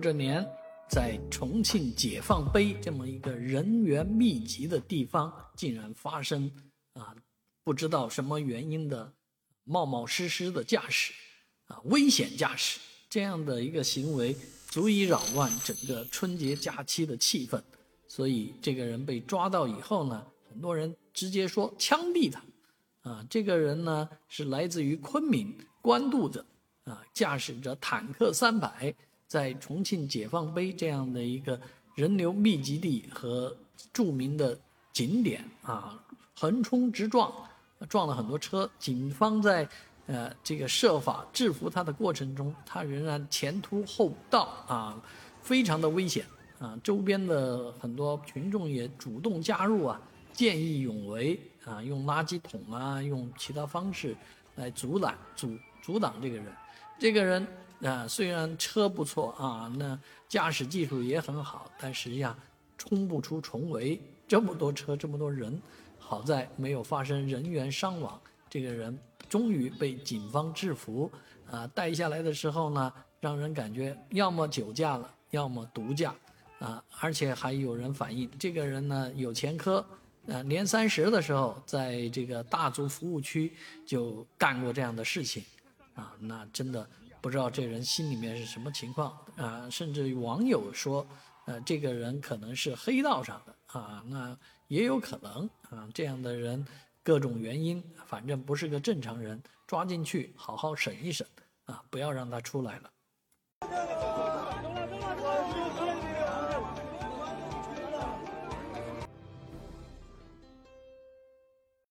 这年在重庆解放碑这么一个人员密集的地方，竟然发生不知道什么原因的冒冒失失的驾驶危险驾驶，这样的一个行为足以扰乱整个春节假期的气氛。所以这个人被抓到以后呢，很多人直接说枪毙他这个人呢是来自于昆明官渡的驾驶着坦克300，在重庆解放碑这样的一个人流密集地和著名的景点横冲直撞，撞了很多车。警方在这个设法制服他的过程中，他仍然前突后倒非常的危险周边的很多群众也主动加入见义勇为用垃圾桶用其他方式来阻挡这个人。这个人虽然车不错那驾驶技术也很好，但实际上冲不出重围，这么多车这么多人，好在没有发生人员伤亡。这个人终于被警方制服带下来的时候呢，让人感觉要么酒驾了，要么毒驾而且还有人反映这个人呢有前科年30的时候在这个大足服务区就干过这样的事情那真的不知道这人心里面是什么情况甚至网友说这个人可能是黑道上的那也有可能这样的人各种原因反正不是个正常人，抓进去好好审一审不要让他出来了。